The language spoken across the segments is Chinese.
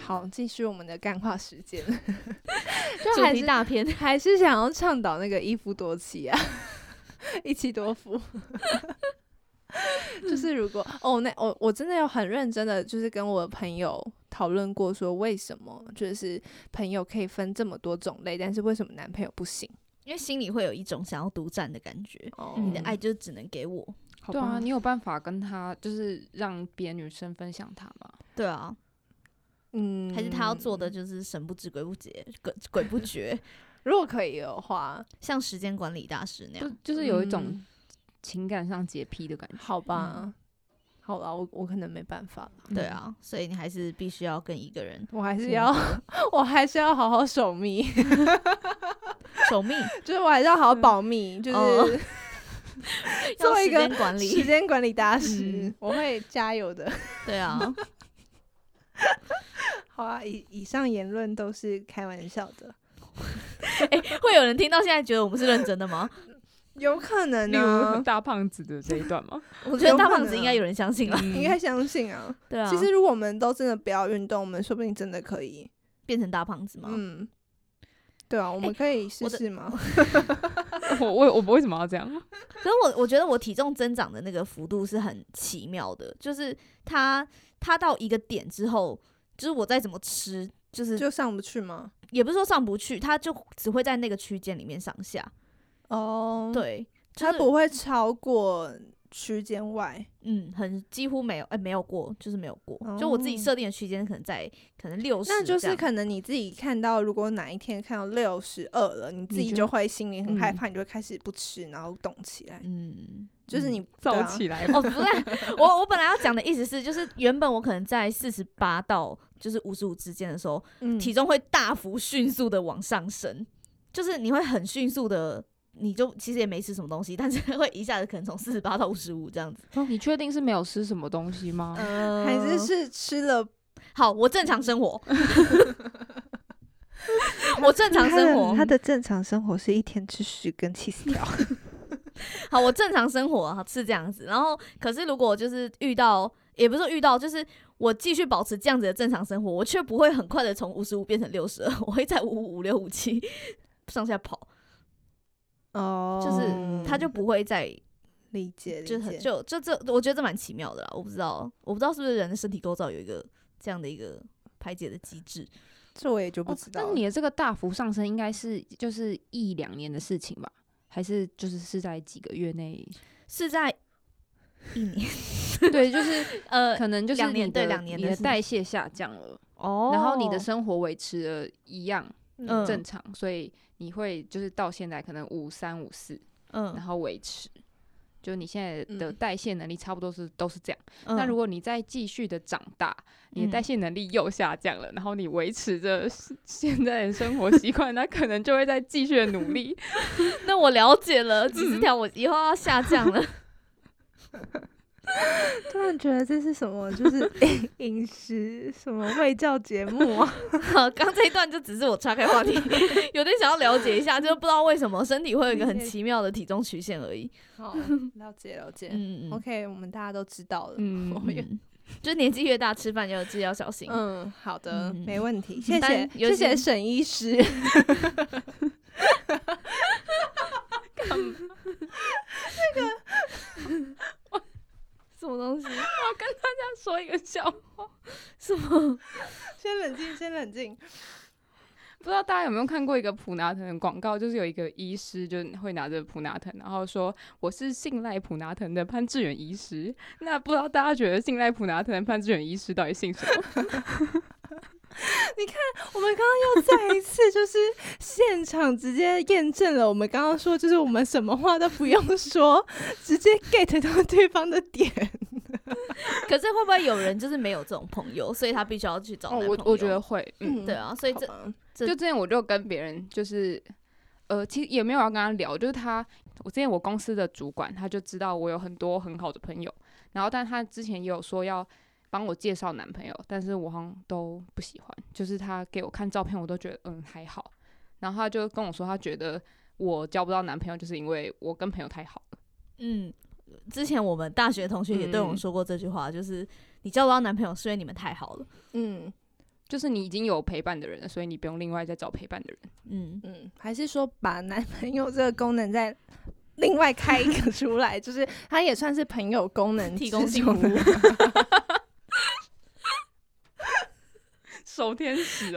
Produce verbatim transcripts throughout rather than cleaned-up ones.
好，继续我们的干话时间。 主题大片还是想要倡导那个一夫多妻啊，一妻多夫。就是如果哦，那我我真的有很认真的，就是跟我的朋友讨论过，说为什么就是朋友可以分这么多种类，但是为什么男朋友不行？ 因为心里会有一种想要独占的感觉， 哦、 你的爱就只能给我。 对啊，你有办法跟他就是让别的女生分享他吗？ 对啊，嗯，还是他要做的就是神不知鬼不觉，鬼鬼不觉。 如果可以的话， 像时间管理大师那样， 就, 就是有一种情感上洁癖的感觉。 好吧，嗯、好啦，我我可能没办法。 对啊，所以你还是必须要跟一个人， 我还是要，我还是要好好守密， 守密， 就是我还是要好好保密，就是。哦做一个时间管理大师，嗯、我会加油的。 对啊， 好啊，以以上言论都是开玩笑的。 欸、会有人听到现在觉得我们是认真的吗？ 有可能啊，例如大胖子的这一段吗？ 我觉得大胖子应该有人相信了， 嗯、应该相信啊。 对啊， 其实如果我们都真的不要运动，我们说不定真的可以变成大胖子吗？ 嗯。对啊，我们可以试试吗？ 欸、我我我为什么要这样？ 可是我我觉得我体重增长的那个幅度是很奇妙的，就是它它到一个点之后，就是我再怎么吃，就是就上不去吗？ 也不是说上不去，它就只会在那个区间里面上下。 哦， 对，就是、 它不会超过区间外， 嗯，很几乎没有，哎、欸，没有过，就是没有过。哦、就我自己设定的区间可能在可能六十， 那就是可能你自己看到，如果哪一天看到六十二了，你自己就会心里很害怕，嗯、你就会开始不吃，然后动起来。嗯，就是你燥、嗯啊、起来。 哦，不是，我我本来要讲的意思是，就是原本我可能在四十八到就是五十五之间的时候，嗯、体重会大幅迅速的往上升，就是你会很迅速的。你就其实也没吃什么东西，但是会一下子可能从四十八到五十五这样子。 哦，你确定是没有吃什么东西吗？ 呃，还是是吃了？ 好，我正常生活。我正常生活， 他的，他的正常生活是一天吃十根起司条。 好，我正常生活是这样子。然后，可是如果就是遇到，也不是说遇到，就是我继续保持这样子的正常生活，我却不会很快的从五十五变成六十二，我会在五五五六五七上下跑。哦， oh, 就是他就不会再理解， 就很就就这，我觉得这蛮奇妙的啦。我不知道，我不知道是不是人的身体构造有一个这样的一个排解的机制， 这我也就不知道、 哦。但是你的这个大幅上升，应该是就是一两年的事情吧？还是就是是在几个月内？ 是在一年？ 对，就是呃， 可能就是两年对两年你的代谢下降了， 哦， 然后你的生活维持了一样。嗯、正常，所以你会就是到现在可能五三五四，嗯，然后维持，就你现在的代谢能力差不多是、嗯、都是这样。嗯、那如果你再继续的长大，你的代谢能力又下降了，嗯、然后你维持着现在的生活习惯，那可能就会再继续的努力。 那我了解了，几十条我以后要下降了。 突然觉得这是什么？就是饮食什么卫教节目啊？ 好，刚这一段就只是我岔开话题，有点想要了解一下，就不知道为什么身体会有一个很奇妙的体重曲线而已。 好，了解了解。嗯 OK， 我们大家都知道了。嗯， 嗯就年纪越大，吃饭就自己要小心。 嗯，好的，嗯、没问题。谢谢，谢谢沈医师。 干嘛？那个。什么东西？我要跟大家说一个笑话。什么？ 先冷静，先冷静。 不知道大家有没有看过一个普拿疼的广告，就是有一个医师就会拿着普拿疼，然后说我是信赖普拿疼的潘志远医师。那不知道大家觉得信赖普拿疼的潘志远医师到底姓什么？ 你看，我们刚刚又再一次就是现场直接验证了我们刚刚说，就是我们什么话都不用说，直接 get 到对方的点。 可是会不会有人就是没有这种朋友，所以他必须要去找男朋友？ 哦、我我觉得会，嗯， 对啊，所以这就之前我就跟别人就是呃，其实也没有要跟他聊，就是他，我之前我公司的主管他就知道我有很多很好的朋友，然后但他之前也有说要帮我介绍男朋友，但是我好像都不喜欢，就是他给我看照片我都觉得嗯还好，然后他就跟我说他觉得我交不到男朋友就是因为我跟朋友太好了。 嗯，之前我们大学同学也对我们说过这句话，嗯、就是你交不到男朋友是因为你们太好了。 嗯， 就是你已经有陪伴的人了，所以你不用另外再找陪伴的人。 嗯嗯，还是说把男朋友这个功能再另外开一个出来，就是它也算是朋友功能提供之中的性服务。 守天使哦，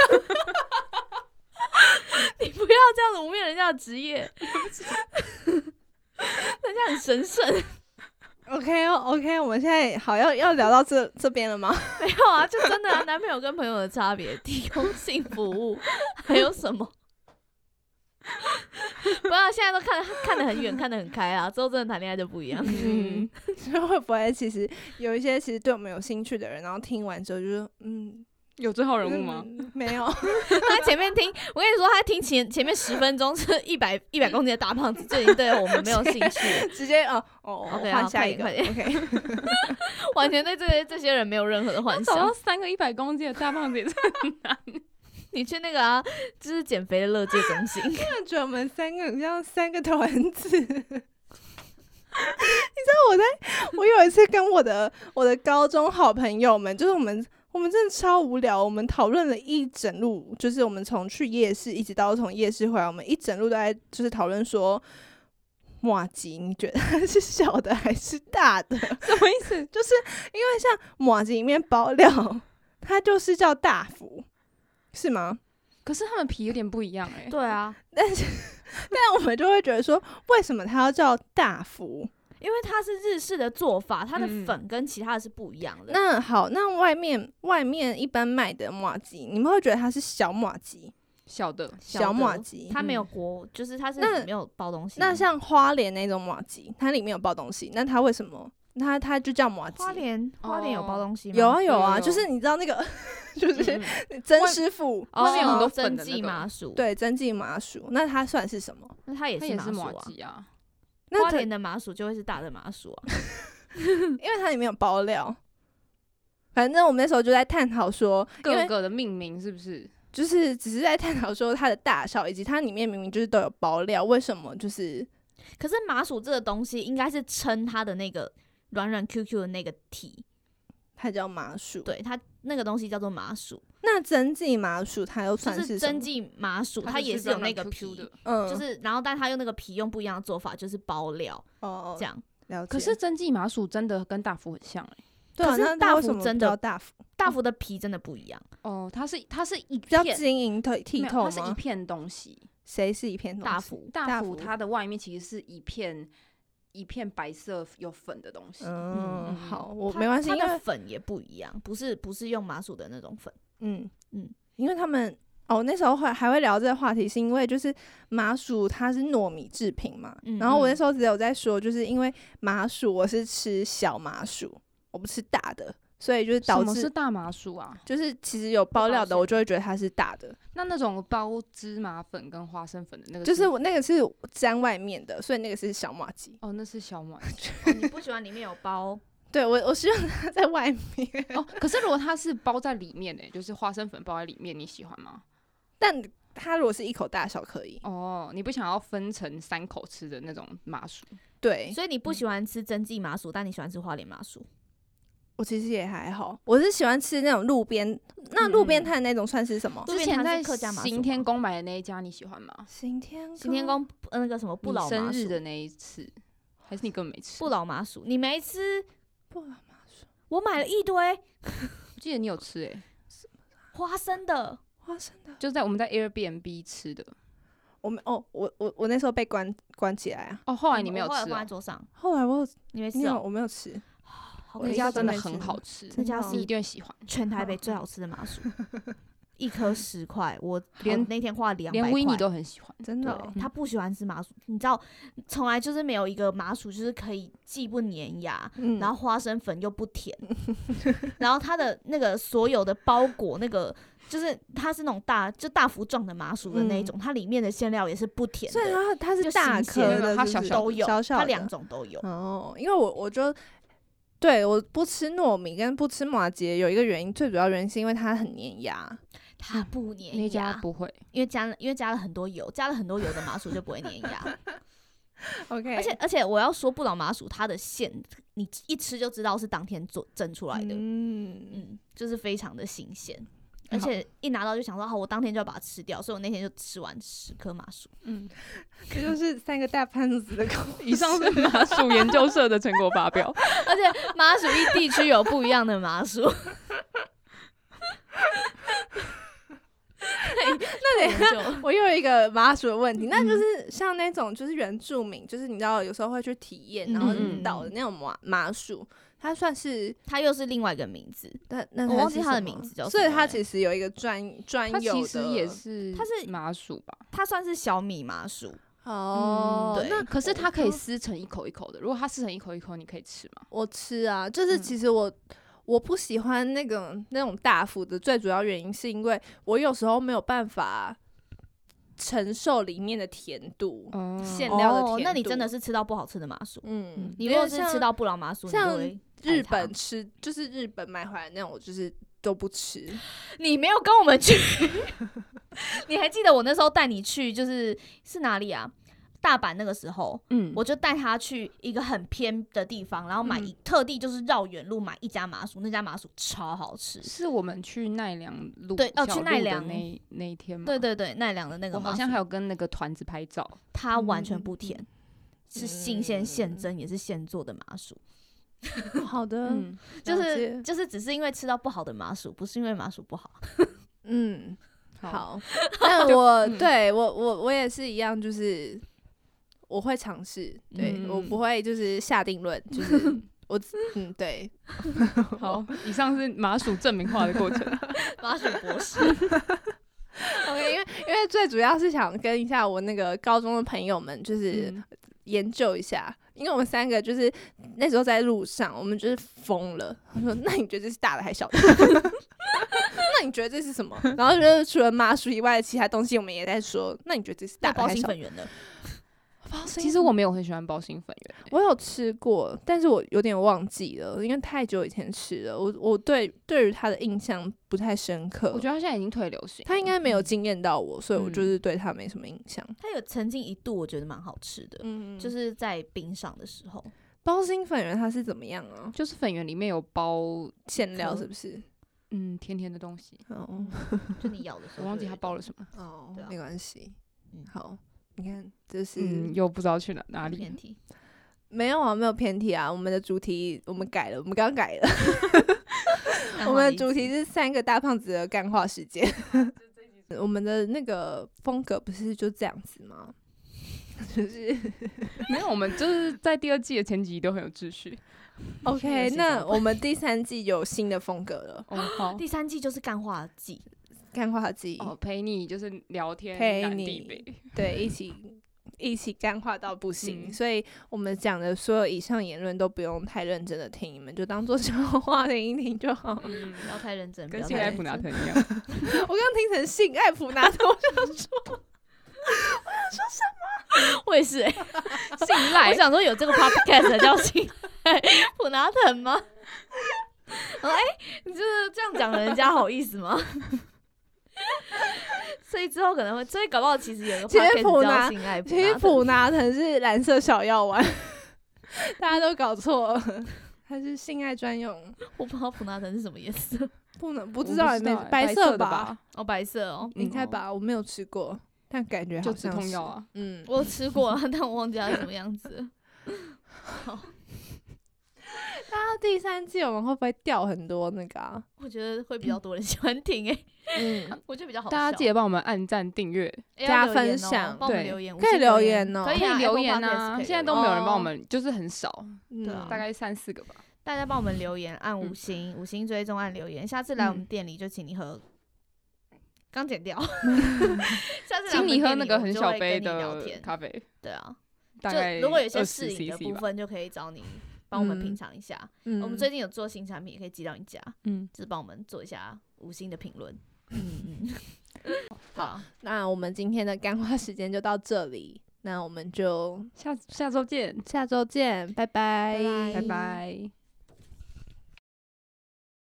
你不要这样子污蔑人家的职业，人家很神圣。 OK OK， 我们现在好要要聊到这这边了吗？ 没有啊，就真的啊，男朋友跟朋友的差别，提供性服务，还有什么？不要，现在都看得看得很远，看得很开啊，之后真的谈恋爱就不一样。 嗯，所以会不会其实有一些其实对我们有兴趣的人，然后听完之后就说，嗯， 有这号人物吗？ 嗯、没有。 他前面听，我跟你说，他听前前面十分钟是一百一百公斤的大胖子，就已经对我们没有兴趣， 直接哦哦， OK， 换下一个快点 ，OK。 完全对这些这些人没有任何的幻想找到。三个一百公斤的大胖子也是很难。 你去那个啊，就是减肥的乐界中心， 我觉得我们三个很像三个团子。你知道我在，我有一次跟我的我的高中好朋友们，就是我们我们真的超无聊，我们讨论了一整路，就是我们从去夜市一直到从夜市回来，我们一整路都在就是讨论说，麻糬你觉得它是小的还是大的？ 什么意思？ 就是因为像麻糬里面包料，它就是叫大福。是吗？ 可是他们皮有点不一样哎、欸。 对啊， 但是但我们就会觉得说，为什么它要叫大福？ 因为它是日式的做法，它的嗯粉跟其他的是不一样的。 那好，那外面外面一般卖的麻糬，你们会觉得它是小麻糬？ 小的， 小麻糬， 它没有裹，就是它是那没有包东西。 那像花莲那种麻糬，它里面有包东西，那它为什么它它就叫麻糬？ 花莲花莲有包东西吗？ 有啊有啊， 有有就是你知道那个就是嗯曾师傅哦， 外面有很多针剂粉的那个麻薯，， 对针剂麻薯，那它算是什么？ 那它也它也是麻是麻薯啊。 糬啊。 那它花莲的麻薯就会是大的麻薯啊。 因为它里面有包料。反正我们那时候就在探讨说，因为各个的命名是不是？ 就是只是在探讨说它的大小，以及它里面明明就是都有包料，为什么就是可是麻薯这个东西应该是称它的那个软软 Q Q 的那个体， 它叫麻薯？ 对，它那个东西叫做麻薯， 那针剂麻薯它又算就是什么针剂麻薯，它就是也是有软软那个 Q Q 皮， 的。 嗯， 就是然后但它用那个皮用不一样的做法，就是包料哦这样。 了解。 可是针剂麻薯真的跟大福很像哎、 对啊， 可是那它大福为什么真的不叫大福大福的皮真的不一样， 哦，它是它是一比较片， 晶莹剔剔没有透它是一吗？ 片东西。 谁是一片东西大福大福福它的外面其实是一片一片白色有粉的东西。 嗯， 嗯好，我它没关系， 它因为的粉也不一样，不是不是用麻薯的那种粉。 嗯嗯嗯， 因为他们哦那时候会还会聊这个话题，是因为就是麻薯它是糯米制品嘛， 嗯然后我那嗯时候只有在说，就是因为麻薯我是吃小麻薯，我不吃大的，所以就是什导致么是大麻薯啊？ 就是其实有包料的， 馅我就会觉得它是大的， 那那种包芝麻粉跟花生粉的那个就是我那个是沾外面的，所以那个是小麻糬。 哦，那是小麻糬哦你不喜欢里面有包？ 对我我希望它在外面， 哦。可是如果它是包在里面的、就是花生粉包在里面，你喜欢吗？ 但它如果是一口大小可以。 哦，你不想要分成三口吃的那种麻薯？ 对， 所以你不喜欢吃针剂麻薯，但你喜欢吃花莲麻薯。 我其实也还好，我是喜欢吃那种路边，那路边摊那种算是什么？ 路边摊之前在是客家麻薯行天吗宫买的那一家你喜欢吗？ 行天行天宫呃那个什么不你老麻薯， 生日的那一次，还是你根本没吃？ 不老麻薯，你没吃？ 不老麻薯， 我买了一堆我记得你有吃诶、 花生的， 花生的。 就在我们在 Airbnb 吃的。 我没哦，我我我那时候被关关起来啊。 哦，后来你没有我后来吃哦。 放在桌上， 后来我有没有， 你没吃哦？ 我没有吃。我一好可惜那家真的没吃很好吃， 那家是你一定会喜欢。 全台北最好吃的麻薯，一颗十块，我连我那天花了两百块。 连维尼都很喜欢。 对真的哦、 他不喜欢吃麻薯，你知道，从来就是没有一个麻薯就是可以既不粘牙， 嗯， 然后花生粉又不甜，然后它的那个所有的包裹，那个就是它是那种大就大幅状的麻薯的那一种，它里面的馅料也是不甜所以的， 它它是就大新鲜颗的， 它是不是小小的都有， 小小的它两种都有。 哦。因为我我就对我不吃糯米跟不吃麻糬有一个原因，最主要原因是因为它很粘牙。 它不粘那家牙， 不会， 因为加了因为加了很多油，加了很多油的麻薯就不会粘牙。 OK， 而且而且我要说，不老麻薯它的馅，你一吃就知道是当天做蒸出来的， 嗯， 嗯，就是非常的新鲜。 而且一拿到就想说，好，我当天就要把它吃掉，所以我那天就吃完十颗麻薯。 嗯， 这就是三个大胖子的故事。 以上是麻薯研究社的成果发表， 而且麻薯一地区有不一样的麻薯。 那等一下，我又有一个麻薯的问题，那就是像那种就是原住民，就是你知道有时候会去体验，然后引导的那种麻麻薯，它算是它又是另外一个名字， 那那我忘记它的是什么名字叫什么所以它欸其实有一个专专它有的， 其实也是它是麻薯吧？ 它算是小米麻薯。 哦， 对那可是它可以撕成一口一口的，如果它撕成一口一口，你可以吃吗？ 我吃啊，就是其实我。我不喜欢那个那种大幅的，最主要原因是因为我有时候没有办法承受里面的甜度， 哦馅料的甜哦， 度。 那你真的是吃到不好吃的麻薯。 嗯， 你如果是吃到布朗麻薯，你像就会日爱它本吃，就是日本买回来那种，我就是都不吃。 你没有跟我们去，你还记得我那时候带你去，就是是哪里啊？大阪那个时候， 嗯， 我就带他去一个很偏的地方，然后买一、 嗯、 特地就是绕远路买一家麻薯，那家麻薯超好吃。 是我们去奈良路， 对哦，去奈良那那一天吗？ 对对对，奈良的那个麻薯， 我好像还有跟那个团子拍照， 它完全不甜， 嗯、 是新鲜现蒸，也是现做的麻薯。 好的， 嗯，就是就是只是因为吃到不好的麻薯，不是因为麻薯不好。 嗯， 好， 好那我、嗯、对我我我也是一样，就是我会尝试，对、嗯、我不会就是下定论，就是我嗯对。 好，以上是麻薯证明化的过程， 麻薯博士。 OK， 因为因为最主要是想跟一下我那个高中的朋友们，就是研究一下。嗯，因为我们三个就是那时候在路上，我们就是疯了。他说：“那你觉得这是大的还是小的？那你觉得这是什么？”然后就是除了麻薯以外的其他东西，我们也在说。那你觉得这是大的还是小的？ 包心粉圆的。 其实我没有很喜欢包心粉圆， 我有吃过，但是我有点忘记了，因为太久以前吃了。我我对对于它的印象不太深刻。 我觉得它现在已经退流行， 它应该没有惊艳到我，所以我就是对它没什么印象。 它有曾经一度我觉得蛮好吃的，嗯，就是在冰上的时候。 包心粉圆它是怎么样啊？ 就是粉圆里面有包馅料，是不是？ 嗯，甜甜的东西。 哦， 就你咬的时候， 我忘记它包了什么。 哦，没关系。嗯，好。你看，这是、 嗯、又不知道去哪哪里偏题， 没有啊，没有偏题啊。我们的主题我们改了，我们刚改了。我们的主题是三个大胖子的干话时间。我们的那个风格不是就这样子吗？就是没有，我们就是在第二季的前几集都很有秩序。 OK， 那我们第三季有新的风格了。 哦，好， 第三季就是干话季。 干话季哦，陪你就是聊天， 陪你对一起一起干话到不行、嗯，所以我们讲的所有以上言论都不用太认真的听，你们就当做笑话听一听就好。 嗯，不要太认真， 跟性爱普拿疼一样。 我刚刚听成性爱普拿疼，我想说，我想说什么？ 我也是、欸， 性赖。 我想说有这个 podcast 叫性爱普拿疼吗？哎、欸，你就是这样讲人家好意思吗？所以之后可能会，所以搞不好其实有一个 podcast 叫性爱普拿疼。 其实普拿疼是蓝色小药丸，大家都搞错了，它是性爱专用。 我不知道普拿疼是什么颜色， 不能不知道， 知道白色吧？ 哦，白色哦， 应该吧？我没有吃过，但感觉好像是就止痛药啊。 嗯，我吃过了，但我忘记它是什么样子。好。 那第三季我们会不会掉很多那个啊？ 我觉得会比较多人喜欢听诶、欸，嗯，我觉得比较好笑。 大家记得帮我们按赞、订阅、 加分享， 帮我们留言， 可以留言哦， 可以留言啊。现在都没有人帮我们，就是很少， 嗯， 大概三四个吧。 大家帮我们留言，按五星，五星追踪，按留言。下次来我们店里就请你喝，刚剪掉。下次请你喝那个很小杯的咖啡。 对啊， 大概如果有些适饮的部分，就可以找你。帮我们品尝一下、嗯，我们最近有做新产品，也可以寄到你家，嗯，就是帮我们做一下五星的评论，嗯嗯， 好，那我们今天的干话时间就到这里，那我们就下下周见， 下周见，拜拜， 拜拜。